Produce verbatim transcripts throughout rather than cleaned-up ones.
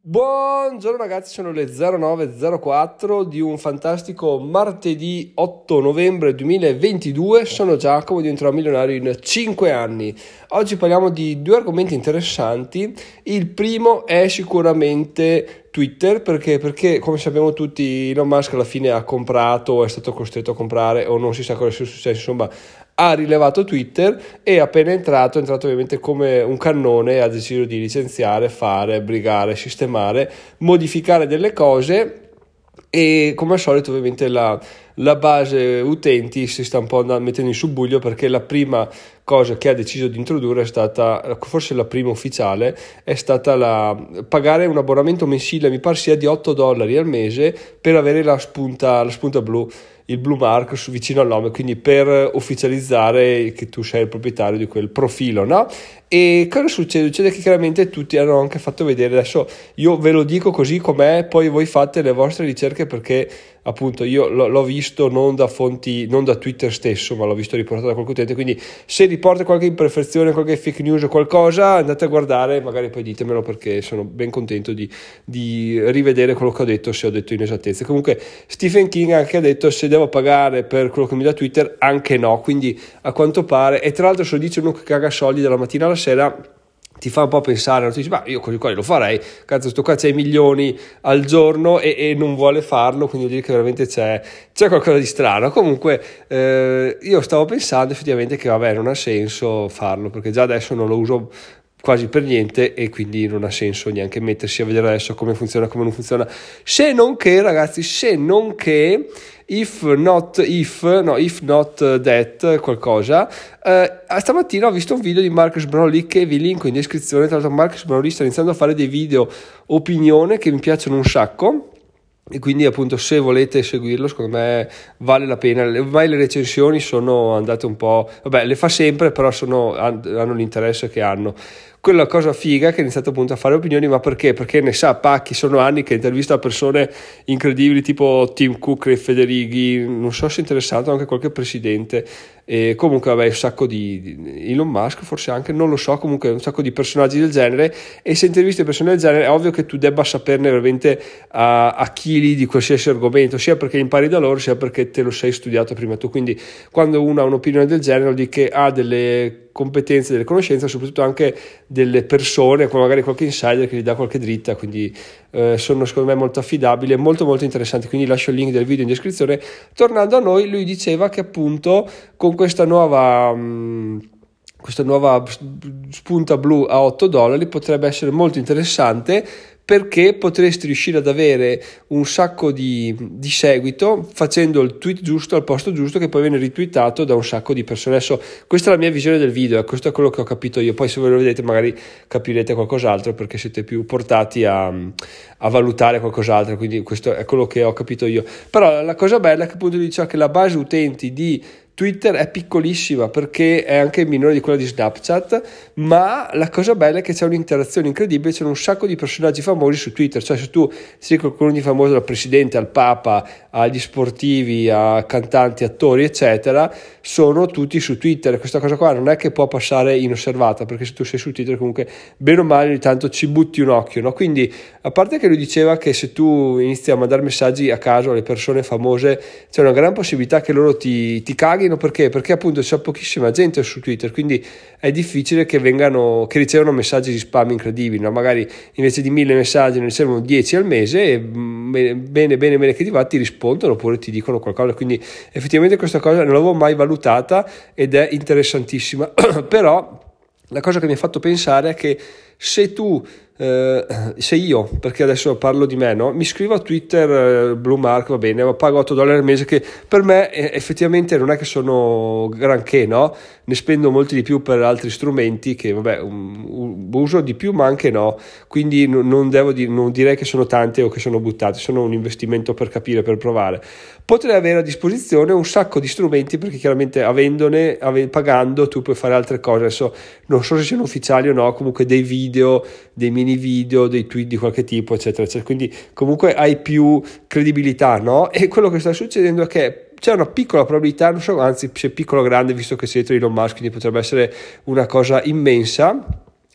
Buongiorno ragazzi, sono le zero nove zero quattro di un fantastico martedì otto novembre duemilaventidue. Sono Giacomo, diventerò milionario in cinque anni. Oggi parliamo di due argomenti interessanti. Il primo è sicuramente Twitter, perché, perché come sappiamo tutti Elon Musk alla fine ha comprato, è stato costretto a comprare o non si sa cosa sia successo, insomma ha rilevato Twitter e appena entrato è entrato ovviamente come un cannone e ha deciso di licenziare, fare, brigare, sistemare, modificare delle cose. E come al solito ovviamente la, la base utenti si sta un po' mettendo in subbuglio, perché la prima cosa che ha deciso di introdurre è stata, forse la prima ufficiale, è stata la pagare un abbonamento mensile, mi pare sia di otto dollari al mese, per avere la spunta, la spunta blu, il blue mark su, vicino al nome, quindi per ufficializzare che tu sei il proprietario di quel profilo, no? E cosa succede? Succede che chiaramente tutti hanno anche fatto vedere, adesso io ve lo dico così com'è, poi voi fate le vostre ricerche, perché appunto io l- l'ho visto non da fonti, non da Twitter stesso, ma l'ho visto riportato da qualche utente, quindi se riporta qualche imperfezione, qualche fake news o qualcosa, andate a guardare, magari poi ditemelo, perché sono ben contento di, di rivedere quello che ho detto, se ho detto inesattezze. Comunque Stephen King anche ha detto: se devo pagare per quello che mi dà Twitter, anche no, quindi a quanto pare, e tra l'altro se lo dice uno che caga soldi dalla mattina alla sera, ti fa un po' pensare, no? Tu dici, ma io così qua lo farei, cazzo sto qua c'è i milioni al giorno e, e non vuole farlo, quindi vuol dire che veramente c'è, c'è qualcosa di strano. Comunque eh, io stavo pensando effettivamente che vabbè, non ha senso farlo, perché già adesso non lo uso quasi per niente e quindi non ha senso neanche mettersi a vedere adesso come funziona, come non funziona, se non che ragazzi, se non che if not if no if not that qualcosa. Eh, stamattina ho visto un video di Marcus Brownlee che vi linko in descrizione. Tra l'altro Marcus Brownlee sta iniziando a fare dei video opinione che mi piacciono un sacco, e quindi appunto se volete seguirlo secondo me vale la pena. Ormai le recensioni sono andate un po', vabbè, le fa sempre, però sono, hanno l'interesse che hanno. Quella cosa figa che ha iniziato appunto a fare opinioni, ma perché? Perché ne sa pacchi, sono anni che intervista persone incredibili tipo Tim Cook e Federighi, non so se è interessato anche qualche presidente, e comunque vabbè un sacco di, di Elon Musk forse anche, non lo so, comunque un sacco di personaggi del genere. E se intervisti persone del genere è ovvio che tu debba saperne veramente a, a chili di qualsiasi argomento, sia perché impari da loro sia perché te lo sei studiato prima tu. Quindi quando uno ha un'opinione del genere vuol dire che ha delle competenze, delle conoscenze, soprattutto anche delle persone, come magari qualche insider che gli dà qualche dritta, quindi eh, sono secondo me molto affidabili e molto molto interessanti. Quindi lascio il link del video in descrizione. Tornando a noi, lui diceva che appunto con questa nuova mh, questa nuova spunta blu a otto dollari potrebbe essere molto interessante, perché potresti riuscire ad avere un sacco di, di seguito facendo il tweet giusto al posto giusto, che poi viene retweetato da un sacco di persone. Adesso questa è la mia visione del video, eh, questo è quello che ho capito io, poi se voi lo vedete magari capirete qualcos'altro perché siete più portati a, a valutare qualcos'altro, quindi questo è quello che ho capito io. Però la cosa bella è che appunto dice che la base utenti di Twitter è piccolissima, perché è anche minore di quella di Snapchat, ma la cosa bella è che c'è un'interazione incredibile, c'è un sacco di personaggi famosi su Twitter, cioè se tu sei qualcuno di famoso, dal presidente al papa agli sportivi a cantanti, attori eccetera, sono tutti su Twitter. Questa cosa qua non è che può passare inosservata, perché se tu sei su Twitter comunque bene o male ogni tanto ci butti un occhio, no? Quindi a parte che lui diceva che se tu inizi a mandare messaggi a caso alle persone famose c'è una gran possibilità che loro ti, ti caghino. Perché? Perché appunto c'è pochissima gente su Twitter, quindi è difficile che vengano, che ricevano messaggi di spam incredibili, no? Magari invece di mille messaggi ne ricevono dieci al mese e bene bene bene, bene che ti va ti rispondono oppure ti dicono qualcosa. Quindi effettivamente questa cosa non l'avevo mai valutata ed è interessantissima. Però la cosa che mi ha fatto pensare è che se tu eh, se io, perché adesso parlo di me, no? Mi iscrivo a Twitter, eh, Blue Mark, va bene, ma pago otto dollari al mese, che per me eh, effettivamente non è che sono granché, no? Ne spendo molti di più per altri strumenti che vabbè um, um, uso di più, ma anche no, quindi non, non devo di, non direi che sono tante o che sono buttate, sono un investimento per capire, per provare. Potrei avere a disposizione un sacco di strumenti, perché chiaramente avendone, ave, pagando tu puoi fare altre cose. Adesso non so se siano ufficiali o no, comunque dei video, dei mini video, dei tweet di qualche tipo eccetera eccetera, quindi comunque hai più credibilità, no? E quello che sta succedendo è che c'è una piccola probabilità, non so, anzi c'è piccolo o grande, visto che siete Elon Musk, quindi potrebbe essere una cosa immensa,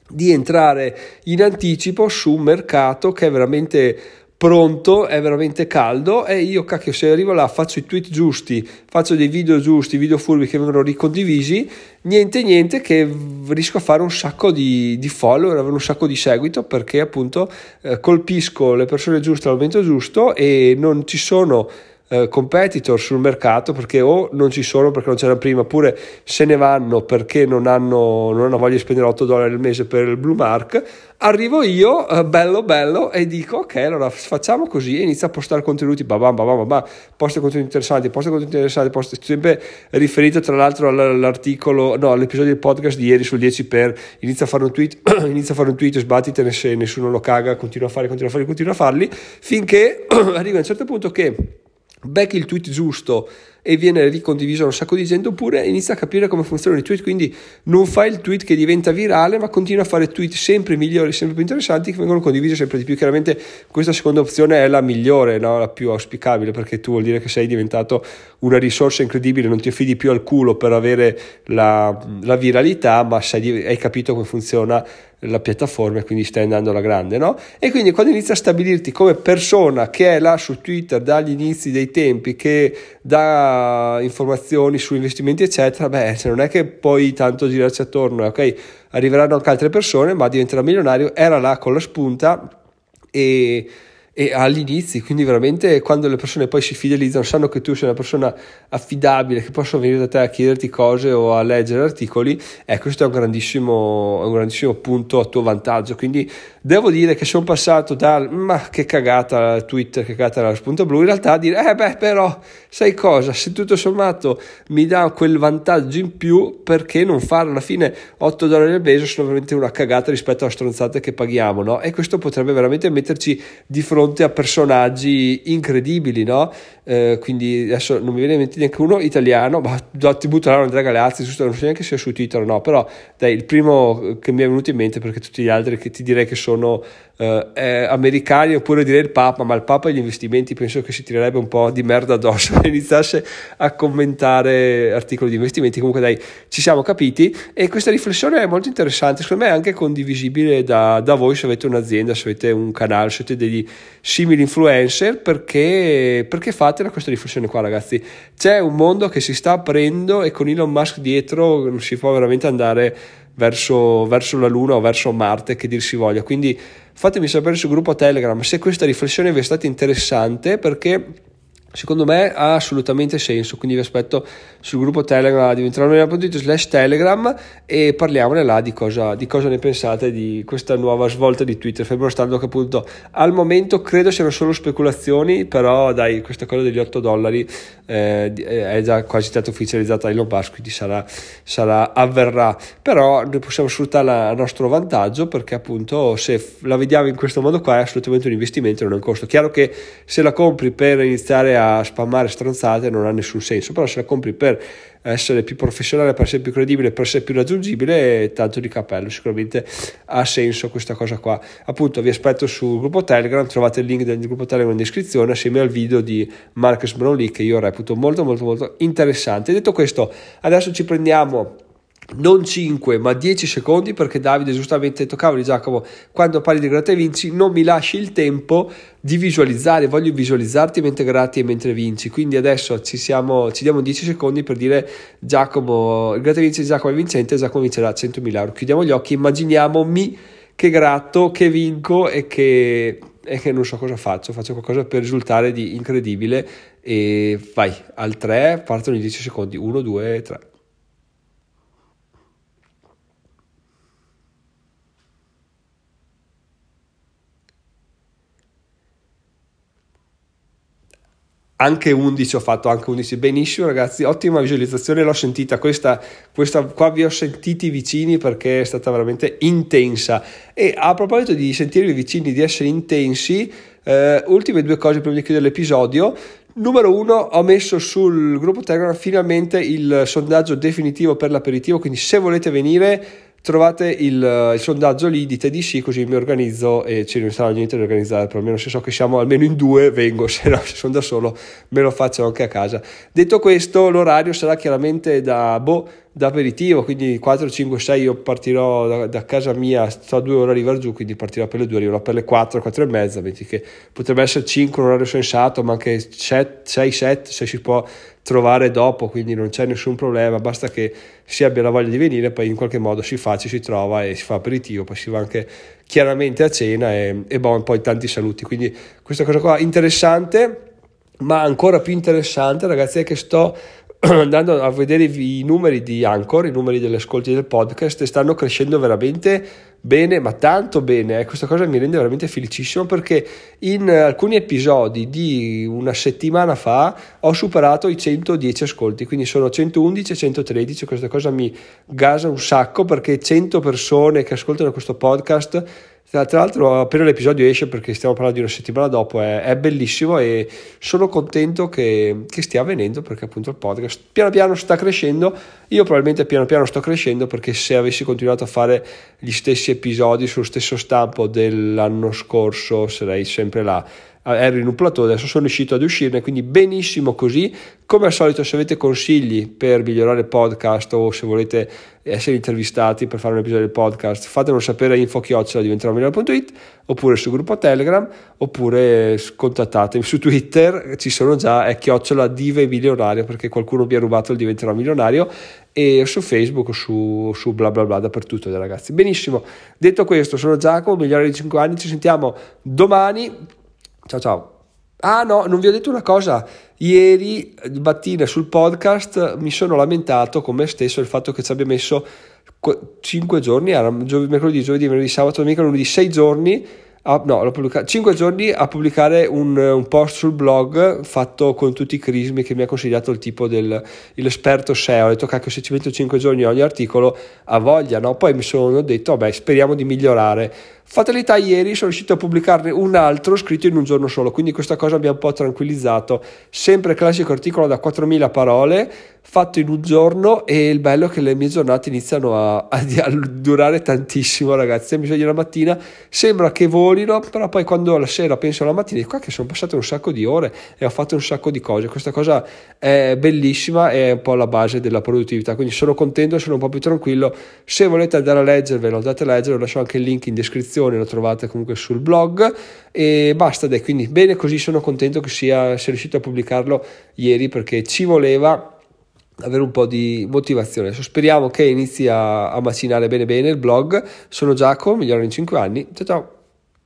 di entrare in anticipo su un mercato che è veramente pronto, è veramente caldo, e io cacchio se arrivo là, faccio i tweet giusti, faccio dei video giusti, video furbi che vengono ricondivisi, niente niente che riesco a fare un sacco di, di follower, avere un sacco di seguito, perché appunto eh, colpisco le persone giuste al momento giusto e non ci sono Uh, competitor sul mercato, perché o non ci sono perché non c'erano prima, oppure se ne vanno perché non hanno, non hanno voglia di spendere otto dollari al mese per il Blue Mark. Arrivo io, uh, bello bello, e dico ok, allora facciamo così, e inizio a postare contenuti, babam babam babam, posto contenuti interessanti, posto contenuti interessanti, posto, sempre riferito tra l'altro all'articolo, no, all'episodio del podcast di ieri sul dieci per, inizia a fare un tweet, inizia a fare un tweet, sbattitene se nessuno lo caga, continua a fare, continua a fare, continua a farli, finché arriva a un certo punto che becchi il tweet giusto e viene ricondiviso da un sacco di gente, oppure inizia a capire come funzionano i tweet, quindi non fai il tweet che diventa virale, ma continua a fare tweet sempre migliori, sempre più interessanti, che vengono condivisi sempre di più. Chiaramente questa seconda opzione è la migliore, no? La più auspicabile, perché tu vuol dire che sei diventato una risorsa incredibile, non ti affidi più al culo per avere la, la viralità, ma sei, hai capito come funziona la piattaforma e quindi stai andando alla grande, no? E quindi quando inizi a stabilirti come persona che è là su Twitter dagli inizi dei tempi, che dà informazioni su investimenti eccetera, beh, cioè non è che puoi tanto girarci attorno, ok, arriveranno anche altre persone, ma diventerà milionario. Era là con la spunta e e all'inizio, quindi veramente quando le persone poi si fidelizzano, sanno che tu sei una persona affidabile, che possono venire da te a chiederti cose o a leggere articoli, eh, questo è un grandissimo, un grandissimo punto a tuo vantaggio. Quindi devo dire che sono passato dal ma che cagata Twitter, che cagata la spunta blu, in realtà a dire eh beh però sai cosa, se tutto sommato mi dà quel vantaggio in più, perché non farlo? Alla fine otto dollari al mese sono veramente una cagata rispetto alla stronzata che paghiamo, no? E questo potrebbe veramente metterci di fronte a personaggi incredibili, no? Eh, quindi adesso non mi viene in mente neanche uno italiano, ma ti butto là Andrea Galeazzi, giusto, non so neanche se è su Twitter o no, però dai, il primo che mi è venuto in mente, perché tutti gli altri che ti direi che sono eh, eh, americani, oppure direi il Papa, ma il Papa e gli investimenti penso che si tirerebbe un po' di merda addosso se iniziasse a commentare articoli di investimenti. Comunque dai, ci siamo capiti, e questa riflessione è molto interessante, secondo me è anche condivisibile da, da voi se avete un'azienda, se avete un canale, se avete degli simili influencer, perché, perché fatela questa riflessione qua, ragazzi. C'è un mondo che si sta aprendo e con Elon Musk dietro si può veramente andare verso, verso la Luna o verso Marte, che dir si voglia. Quindi fatemi sapere sul gruppo Telegram se questa riflessione vi è stata interessante, perché secondo me ha assolutamente senso. Quindi vi aspetto sul gruppo Telegram di ventunomila punto it slash telegram e parliamone là di cosa, di cosa ne pensate di questa nuova svolta di Twitter, fermo stando che appunto al momento credo siano solo speculazioni, però dai, questa cosa degli otto dollari eh, è già quasi stata ufficializzata da Elon Musk, quindi sarà, sarà avverrà, però noi possiamo sfruttarla a nostro vantaggio, perché appunto se la vediamo in questo modo qua è assolutamente un investimento, non è un costo. Chiaro che se la compri per iniziare a spammare stronzate non ha nessun senso, però se la compri per essere più professionale, per essere più credibile, per essere più raggiungibile, tanto di cappello, sicuramente ha senso questa cosa qua. Appunto vi aspetto sul gruppo Telegram, trovate il link del gruppo Telegram in descrizione assieme al video di Marcus Brownlee che io reputo molto molto molto interessante. Detto questo, adesso ci prendiamo non cinque ma dieci secondi, perché Davide giustamente ha detto cavoli Giacomo, quando parli di gratta e vinci non mi lasci il tempo di visualizzare, voglio visualizzarti mentre gratti e mentre vinci. Quindi adesso ci siamo, ci diamo dieci secondi per dire Giacomo, il gratta e vinci di Giacomo è vincente, Giacomo vincerà centomila euro. Chiudiamo gli occhi, immaginiamomi che gratto, che vinco e che, e che non so cosa faccio, faccio qualcosa per risultare di incredibile. E vai, al tre partono i dieci secondi, uno, due, tre. Anche undici ho fatto, anche undici, benissimo ragazzi, ottima visualizzazione, l'ho sentita, questa, questa qua vi ho sentiti vicini perché è stata veramente intensa. E a proposito di sentirvi vicini, di essere intensi, eh, ultime due cose prima di chiudere l'episodio. Numero uno, ho messo sul gruppo Telegram finalmente il sondaggio definitivo per l'aperitivo, quindi se volete venire trovate il, il sondaggio lì, dite di sì, così mi organizzo e ci non sarà niente da organizzare, però almeno se so che siamo almeno in due vengo, se no se sono da solo me lo faccio anche a casa. Detto questo, l'orario sarà chiaramente da boh da aperitivo, quindi quattro, cinque, sei io partirò da, da casa mia, sto due ore a arrivare giù, quindi partirò per le due, arriverò per le quattro, quattro e mezza, mentre che potrebbe essere cinque un orario sensato, ma anche sei, sette se si può trovare dopo, quindi non c'è nessun problema, basta che si abbia la voglia di venire, poi in qualche modo si fa, ci si trova e si fa aperitivo, poi si va anche chiaramente a cena e, e bon, poi tanti saluti, quindi questa cosa qua interessante. Ma ancora più interessante, ragazzi, è che sto andando a vedere i numeri di Anchor, i numeri degli ascolti del podcast, e stanno crescendo veramente bene, ma tanto bene, eh. Questa cosa mi rende veramente felicissimo, perché in alcuni episodi di una settimana fa ho superato i centodieci ascolti, quindi sono centoundici e centotredici. Questa cosa mi gasa un sacco, perché cento persone che ascoltano questo podcast, tra l'altro appena l'episodio esce, perché stiamo parlando di una settimana dopo, è, è bellissimo e sono contento che, che stia avvenendo, perché appunto il podcast piano piano sta crescendo. Io probabilmente piano piano sto crescendo, perché se avessi continuato a fare gli stessi episodi sullo stesso stampo dell'anno scorso sarei sempre là, ero in un plateau, adesso sono riuscito ad uscirne, quindi benissimo così. Come al solito, se avete consigli per migliorare il podcast o se volete essere intervistati per fare un episodio del podcast, fatemelo sapere a info chiocciola diventerò milionario punto it, oppure sul gruppo Telegram, oppure contattatemi su Twitter, ci sono già, è chiocciola dive milionario, perché qualcuno mi ha rubato il diventerò milionario, e su Facebook, su, su bla bla bla, dappertutto, ragazzi. Benissimo, detto questo, sono Giacomo, migliore di cinque anni, ci sentiamo domani. Ciao ciao. Ah no, non vi ho detto una cosa. Ieri mattina sul podcast mi sono lamentato con me stesso il fatto che ci abbia messo cinque giorni, era mercoledì, giovedì, venerdì, sabato, domenica, lunedì, sei giorni, a, no, l'ho pubblicato, cinque giorni a pubblicare un, un post sul blog fatto con tutti i crismi che mi ha consigliato il tipo del l'esperto S E O. Ho detto cacchio, se ci metto cinque giorni ogni articolo, ha voglia, no? Poi mi sono detto vabbè, speriamo di migliorare. Fatalità, ieri sono riuscito a pubblicarne un altro scritto in un giorno solo, quindi questa cosa mi ha un po' tranquillizzato. Sempre classico articolo da quattromila parole fatto in un giorno, e il bello è che le mie giornate iniziano a, a, a durare tantissimo, ragazzi. Mi sveglio la mattina, sembra che volino, però poi quando la sera penso alla mattina dico che sono passate un sacco di ore e ho fatto un sacco di cose. Questa cosa è bellissima, è un po' la base della produttività, quindi sono contento, sono un po' più tranquillo. Se volete andare a leggervelo, andate a leggere, lascio anche il link in descrizione, lo trovate comunque sul blog, e basta. Dai, quindi bene così, sono contento che sia, sia riuscito a pubblicarlo ieri, perché ci voleva avere un po' di motivazione. Adesso speriamo che inizi a, a macinare bene bene il blog. Sono Giacomo, migliore in cinque anni. Ciao ciao.